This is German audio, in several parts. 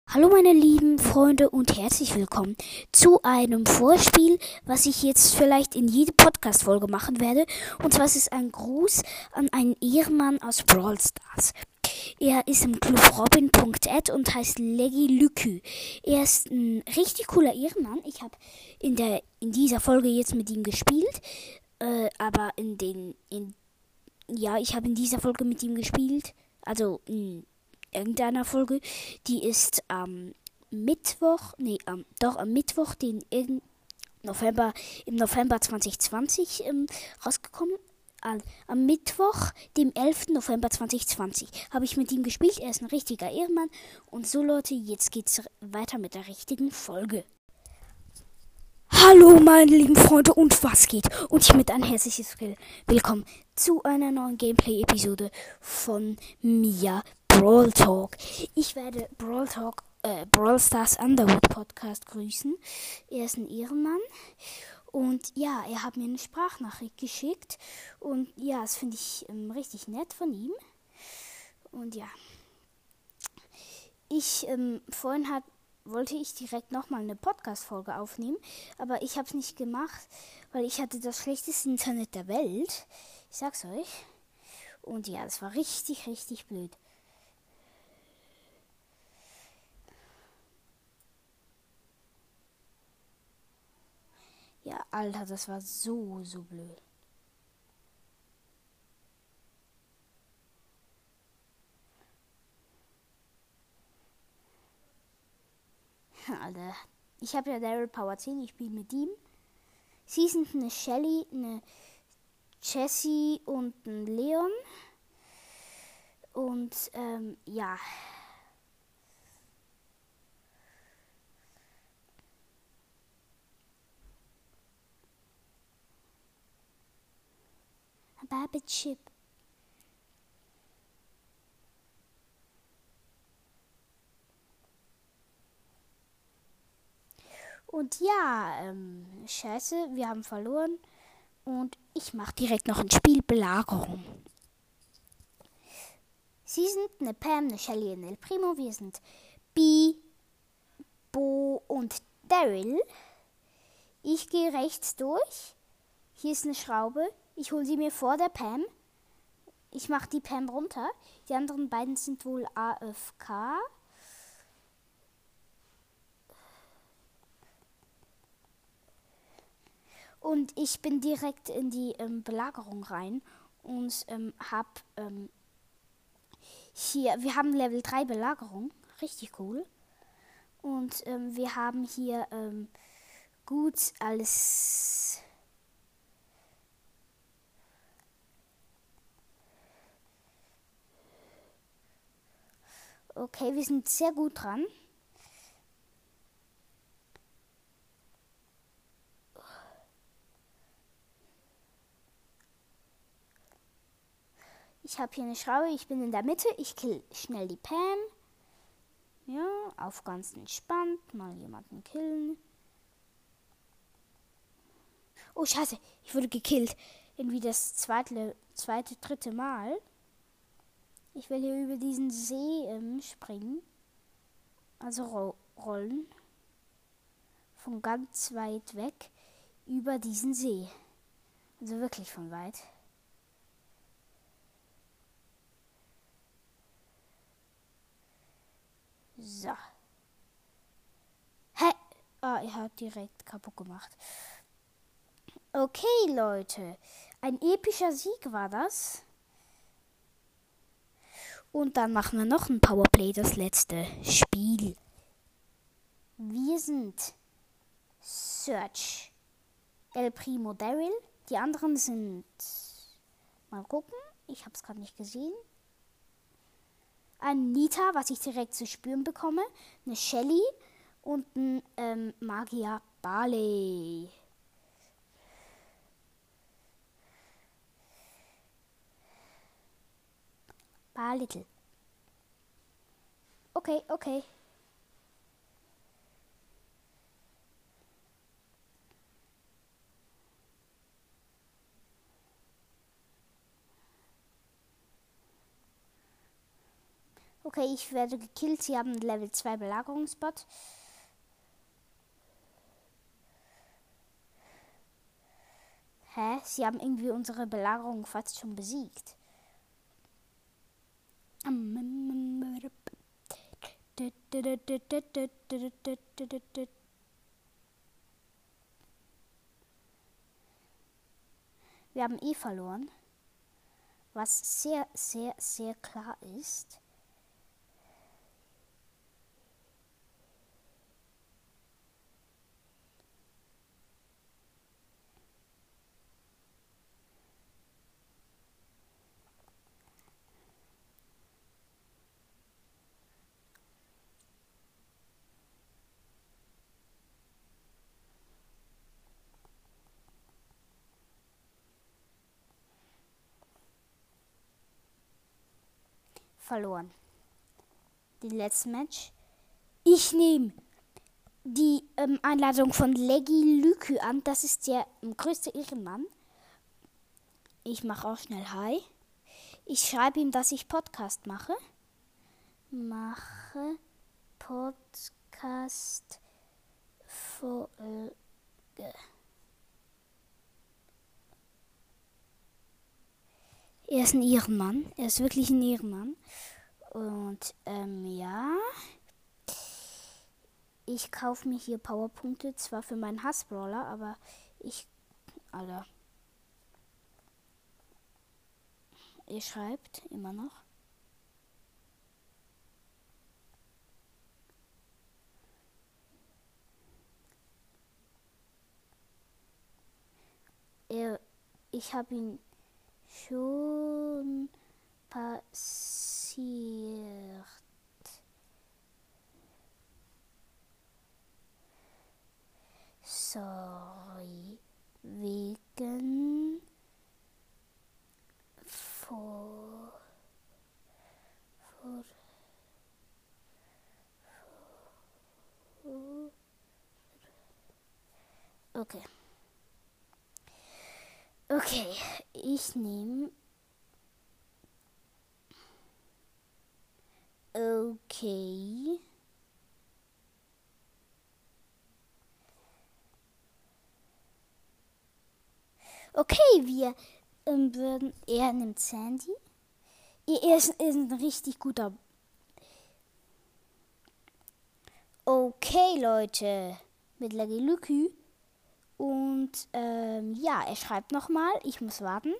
Hallo meine lieben Freunde und herzlich willkommen zu einem Vorspiel, was ich jetzt vielleicht in jede Podcast-Folge machen werde. Und zwar ist es ein Gruß an einen Ehrenmann aus Brawl Stars. Er ist im Club Robin.at und heißt Leggy Lükü. Er ist ein richtig cooler Ehrenmann. Ich habe in dieser Folge jetzt mit ihm gespielt, aber ich habe in dieser Folge mit ihm gespielt, also irgendeiner Folge, die ist am Mittwoch, am Mittwoch, im November 2020 rausgekommen. Am Mittwoch, dem 11. November 2020, habe ich mit ihm gespielt. Er ist ein richtiger Ehrenmann. Und so, Leute, jetzt geht's weiter mit der richtigen Folge. Hallo meine lieben Freunde und was geht? Und hiermit ein herzliches Willkommen zu einer neuen Gameplay-Episode von mir, Brawl Talk. Ich werde Brawl Stars Underwood Podcast grüßen. Er ist ein Ehrenmann. Und ja, er hat mir eine Sprachnachricht geschickt. Und ja, das finde ich richtig nett von ihm. Und ja, wollte ich direkt nochmal eine Podcast-Folge aufnehmen, aber ich habe es nicht gemacht, weil ich hatte das schlechteste Internet der Welt. Ich sag's euch. Und ja, das war richtig, richtig blöd. Ja, Alter, das war so blöd. Alter, ich habe ja Daryl Power 10, ich spiele mit ihm. Sie sind eine Shelly, eine Jessie und ein Leon. Und ja. Baby Chip. Und ja, scheiße, wir haben verloren. Und ich mache direkt noch ein Spiel Belagerung. Sie sind eine Pam, eine Shelly, eine El Primo. Wir sind B, Bo und Daryl. Ich gehe rechts durch. Hier ist eine Schraube. Ich hole sie mir vor der Pam. Ich mache die Pam runter. Die anderen beiden sind wohl AFK. Und ich bin direkt in die Belagerung rein und wir haben Level 3 Belagerung. Richtig cool. Und wir haben hier gut alles. Okay, wir sind sehr gut dran. Ich habe hier eine Schraube, ich bin in der Mitte, ich kill schnell die Pam. Ja, auf ganz entspannt, mal jemanden killen. Oh, scheiße, ich wurde gekillt. Irgendwie das zweite, dritte Mal. Ich will hier über diesen See springen. Also rollen. Von ganz weit weg über diesen See. Also wirklich von weit. So. Hä? Ah, er hat direkt kaputt gemacht. Okay, Leute. Ein epischer Sieg war das. Und dann machen wir noch ein Powerplay, das letzte Spiel. Wir sind Search, El Primo, Daryl. Die anderen sind... Mal gucken. Ich habe es gerade nicht gesehen. Ein Nita, was ich direkt zu spüren bekomme. Eine Shelly und ein Magier Barley. Little. Okay. Okay, ich werde gekillt. Sie haben Level 2 Belagerungsbot. Hä? Sie haben irgendwie unsere Belagerung fast schon besiegt. Wir haben verloren. Was sehr, sehr, sehr klar ist. Verloren. Die letzte Match. Ich nehme die Einladung von Leggy Lükü an. Das ist der größte Ehrenmann. Ich mache auch schnell Hi. Ich schreibe ihm, dass ich Podcast mache. Mache Podcast Folge. Er ist ein Ehrenmann. Er ist wirklich ein Ehrenmann. Und ja. Ich kaufe mir hier Powerpunkte, zwar für meinen Hassbrawler, aber Alter. Ihr schreibt immer noch. Ich habe ihn schon passiert. Sorry, wegen Okay. Okay, ich nehme. Okay. Okay, wir würden. Er nimmt Sandy. Er ist ein richtig guter. Okay, Leute. Mit Leggy Lükü. Und ja, er schreibt nochmal. Ich muss warten.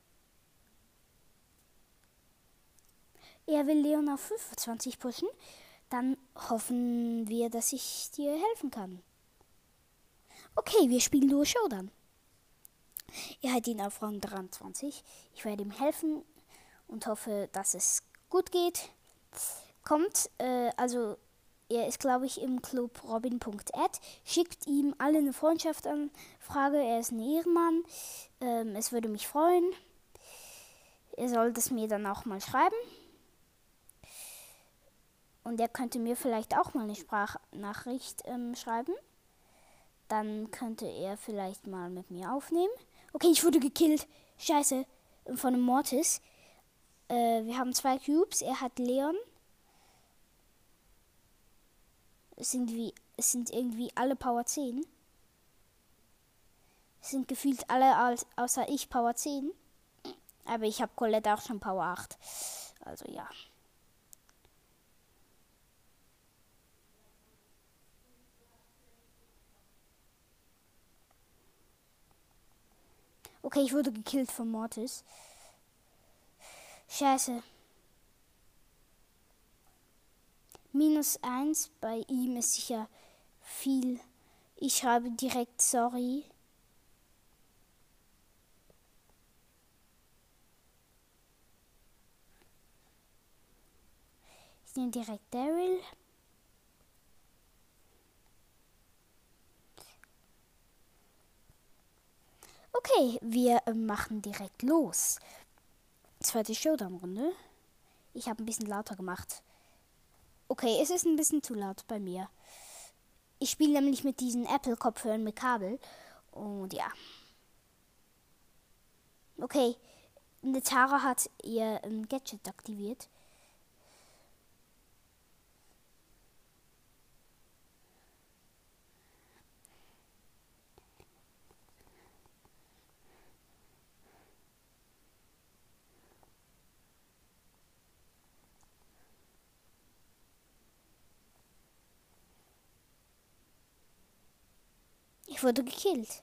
Er will Leon auf 25 pushen. Dann hoffen wir, dass ich dir helfen kann. Okay, wir spielen Duo Showdown. Er hat ihn auf Rang 23. Ich werde ihm helfen und hoffe, dass es gut geht. Kommt, also er ist, glaube ich, im Club robin.ad. Schickt ihm alle eine Freundschaftsanfrage. Er ist ein Ehrenmann. Es würde mich freuen. Er soll das mir dann auch mal schreiben. Und er könnte mir vielleicht auch mal eine Sprachnachricht schreiben. Dann könnte er vielleicht mal mit mir aufnehmen. Okay, ich wurde gekillt. Scheiße. Von einem Mortis. Wir haben 2 Cubes. Er hat Leon. Es sind irgendwie alle Power 10. Es sind gefühlt alle außer ich Power 10. Aber ich habe Colette auch schon Power 8. Also ja. Okay, ich wurde gekillt von Mortis. Scheiße. -1 bei ihm ist sicher viel. Ich schreibe direkt sorry. Ich nehme direkt Daryl. Okay, wir machen direkt los. Zweite Showdown-Runde. Ich habe ein bisschen lauter gemacht. Okay, es ist ein bisschen zu laut bei mir. Ich spiele nämlich mit diesen Apple-Kopfhörern mit Kabel. Und ja. Okay, eine Tara hat ihr Gadget aktiviert. Ich wurde gekillt.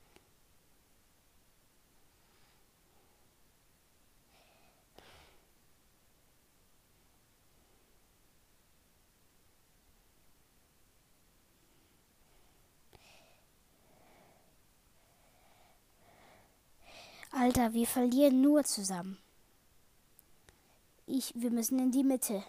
Alter, wir verlieren nur zusammen. Wir müssen in die Mitte.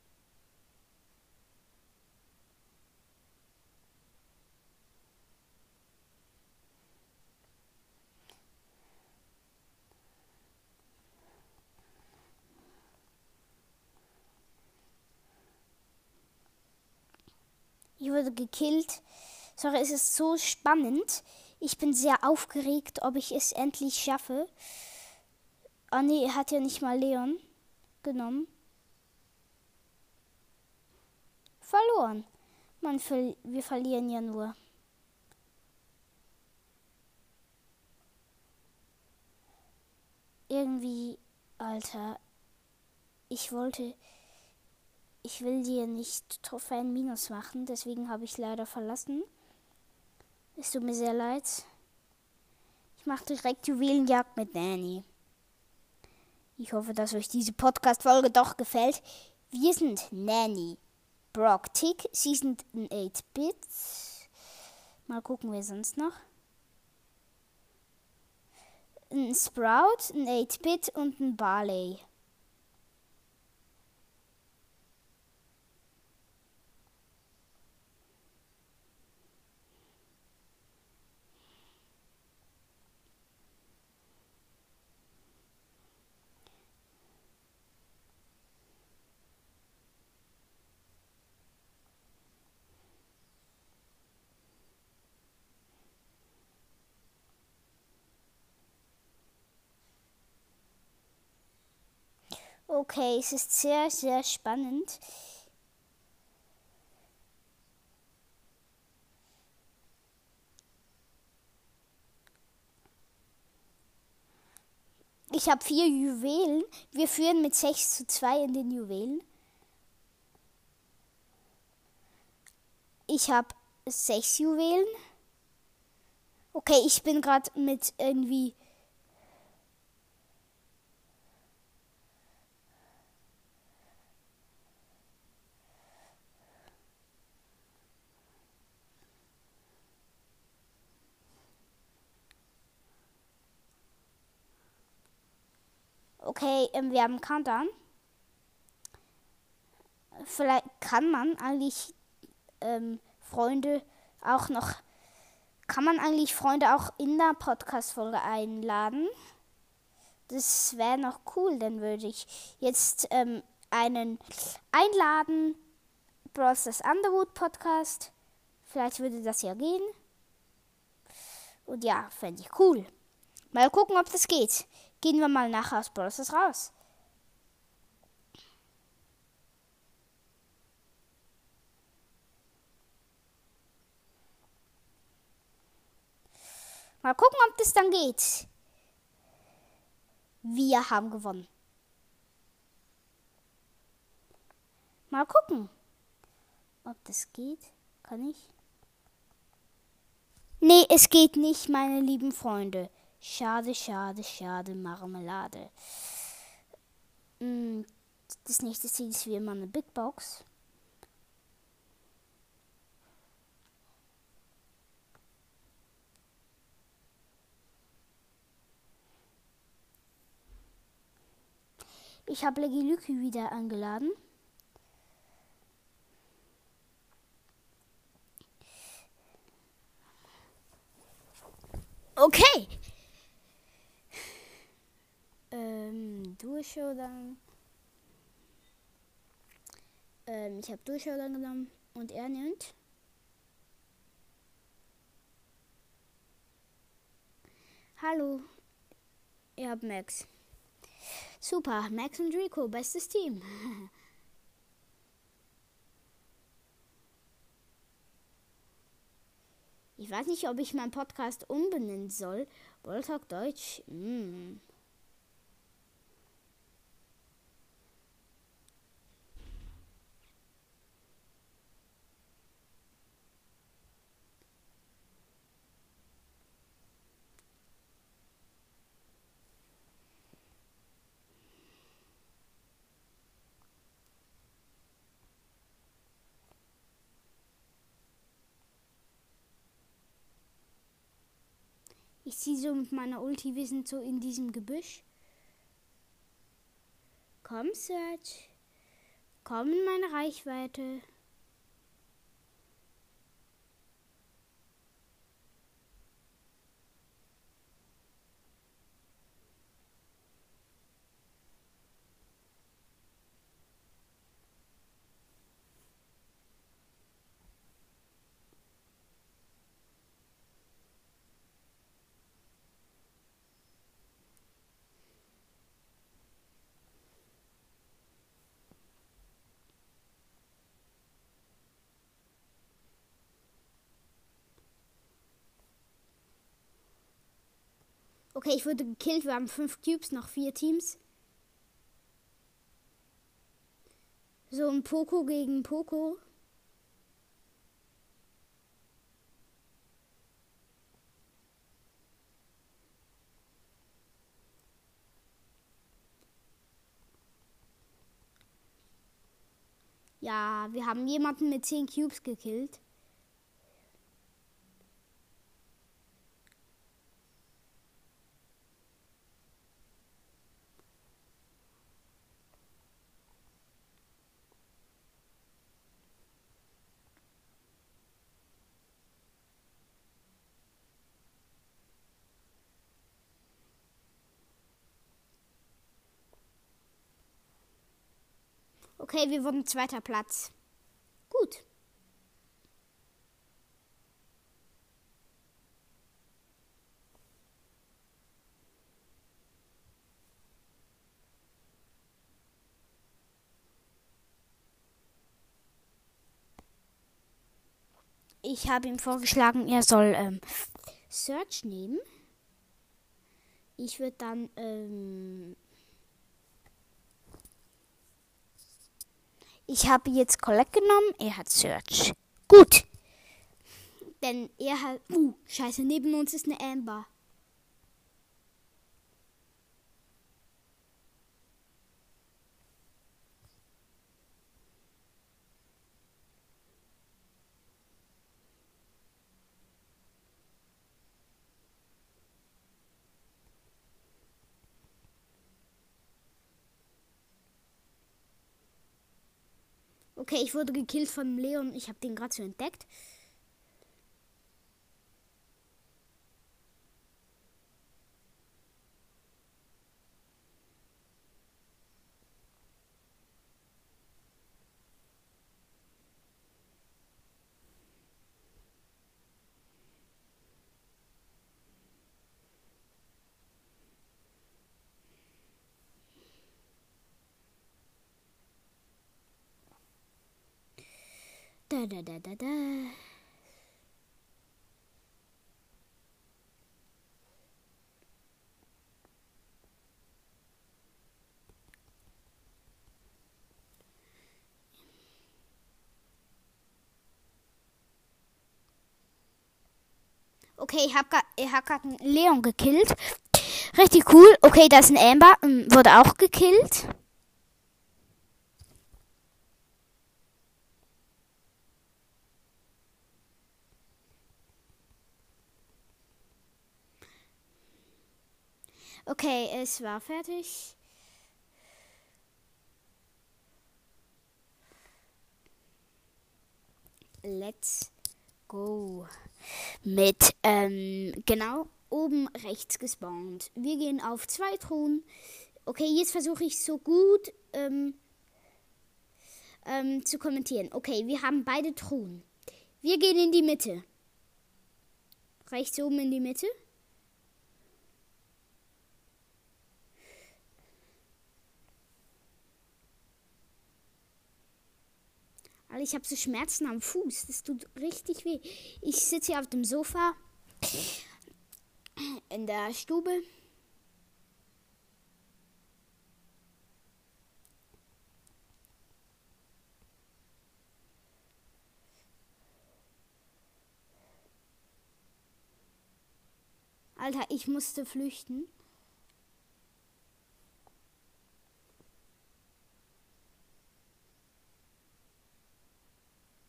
Ich wurde gekillt. Sorry, es ist so spannend. Ich bin sehr aufgeregt, ob ich es endlich schaffe. Ah nee, er hat ja nicht mal Leon genommen. Verloren. Mann, wir verlieren ja nur. Irgendwie, Alter, ich will dir nicht Trophäen minus machen, deswegen habe ich leider verlassen. Es tut mir sehr leid. Ich mache direkt Juwelenjagd mit Nanny. Ich hoffe, dass euch diese Podcast-Folge doch gefällt. Wir sind Nanny, Brock, Tick, sie sind ein 8-Bit. Mal gucken, wer sonst noch. Ein Sprout, ein 8-Bit und ein Barley. Okay, es ist sehr, sehr spannend. Ich habe 4 Juwelen. Wir führen mit 6:2 in den Juwelen. Ich habe 6 Juwelen. Okay, ich bin gerade mit irgendwie... Okay, wir haben Countdown. Vielleicht kann man eigentlich Freunde auch in der Podcast-Folge einladen. Das wäre noch cool, dann würde ich jetzt einen einladen. Brawl Stars Underwood Podcast. Vielleicht würde das ja gehen. Und ja, fände ich cool. Mal gucken, ob das geht. Gehen wir mal nachher aus Brawl Stars raus. Mal gucken, ob das dann geht. Wir haben gewonnen. Mal gucken, ob das geht. Kann ich? Nee, es geht nicht, meine lieben Freunde. Schade, schade, schade, Marmelade. Das nächste Ziel ist wie immer eine Big Box. Ich habe Leggy Lucky wieder eingeladen. Okay. Duo-Showdown. Ich habe Duo-Showdown genommen und er nimmt. Hallo. Ihr habt Max. Super, Max und Rico, bestes Team. Ich weiß nicht, ob ich meinen Podcast umbenennen soll. Brawl Talk Deutsch. Ich ziehe so mit meiner Ulti, wir sind so in diesem Gebüsch. Komm, Search. Komm in meine Reichweite. Okay, ich wurde gekillt. Wir haben 5 Cubes, noch 4 Teams. So ein Poco gegen Poco. Ja, wir haben jemanden mit 10 Cubes gekillt. Okay, wir wurden 2. Platz. Gut. Ich habe ihm vorgeschlagen, er soll Search nehmen. Ich würde dann ich habe jetzt Collect genommen, er hat Search. Gut. Denn er hat... scheiße, neben uns ist eine Amber. Okay, ich wurde gekillt von Leon. Ich habe den gerade so entdeckt. Da, da, da, da, da. Okay, er hat gerade einen Leon gekillt. Richtig cool. Okay, da ist ein Amber. Wurde auch gekillt. Okay, es war fertig. Let's go. Mit, genau, oben rechts gespawnt. Wir gehen auf 2 Truhen. Okay, jetzt versuche ich so gut zu kommentieren. Okay, wir haben beide Truhen. Wir gehen in die Mitte. Rechts oben in die Mitte. Alter, ich habe so Schmerzen am Fuß. Das tut richtig weh. Ich sitze hier auf dem Sofa in der Stube. Alter, ich musste flüchten.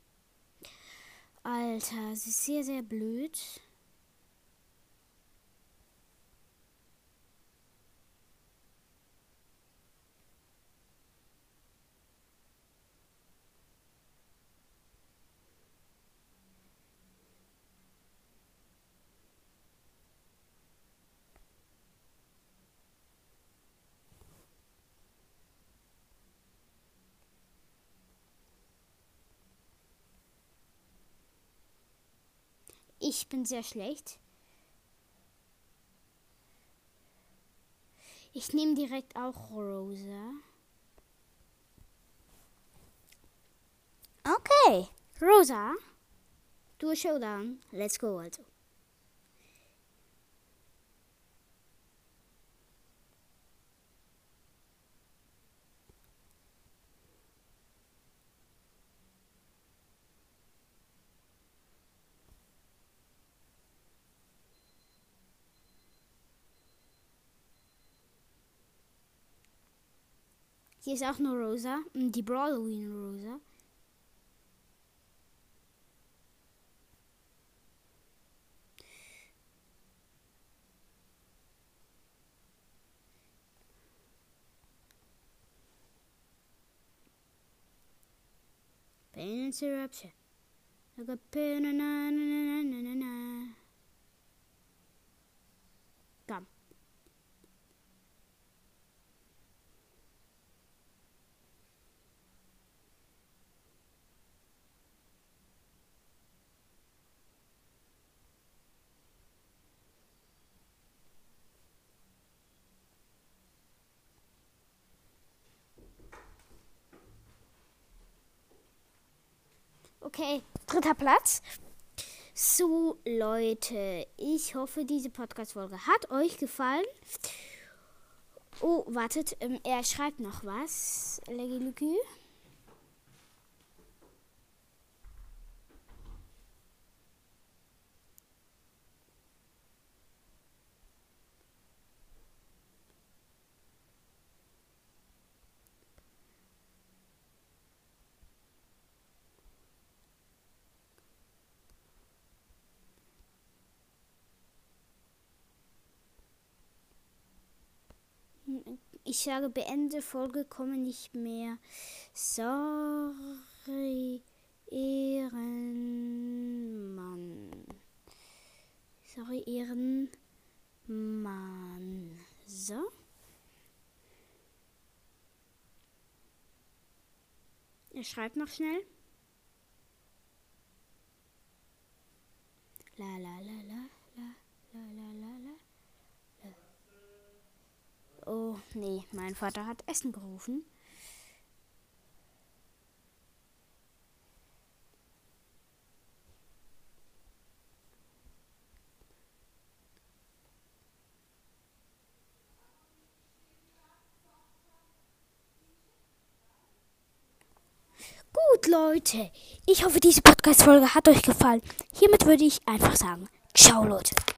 Alter, es ist sehr, sehr blöd. ich bin sehr schlecht. Ich nehme direkt auch Rosa. Okay, Rosa. Do a showdown. Let's go also. Hier ist auch nur Rosa. Die Brawloween Rosa. Pain and Eruption. I got pain na na na na na na. Komm. Okay, 3. Platz. So, Leute, ich hoffe, diese Podcast-Folge hat euch gefallen. Oh, wartet, er schreibt noch was. Leggy. Ich sage, beende Folge, komme nicht mehr. Sorry, Ehrenmann. Sorry, Ehrenmann. So. Er schreibt noch schnell. La la la la la la la la la. Oh, nee, mein Vater hat Essen gerufen. Gut, Leute. Ich hoffe, diese Podcast-Folge hat euch gefallen. Hiermit würde ich einfach sagen, ciao, Leute.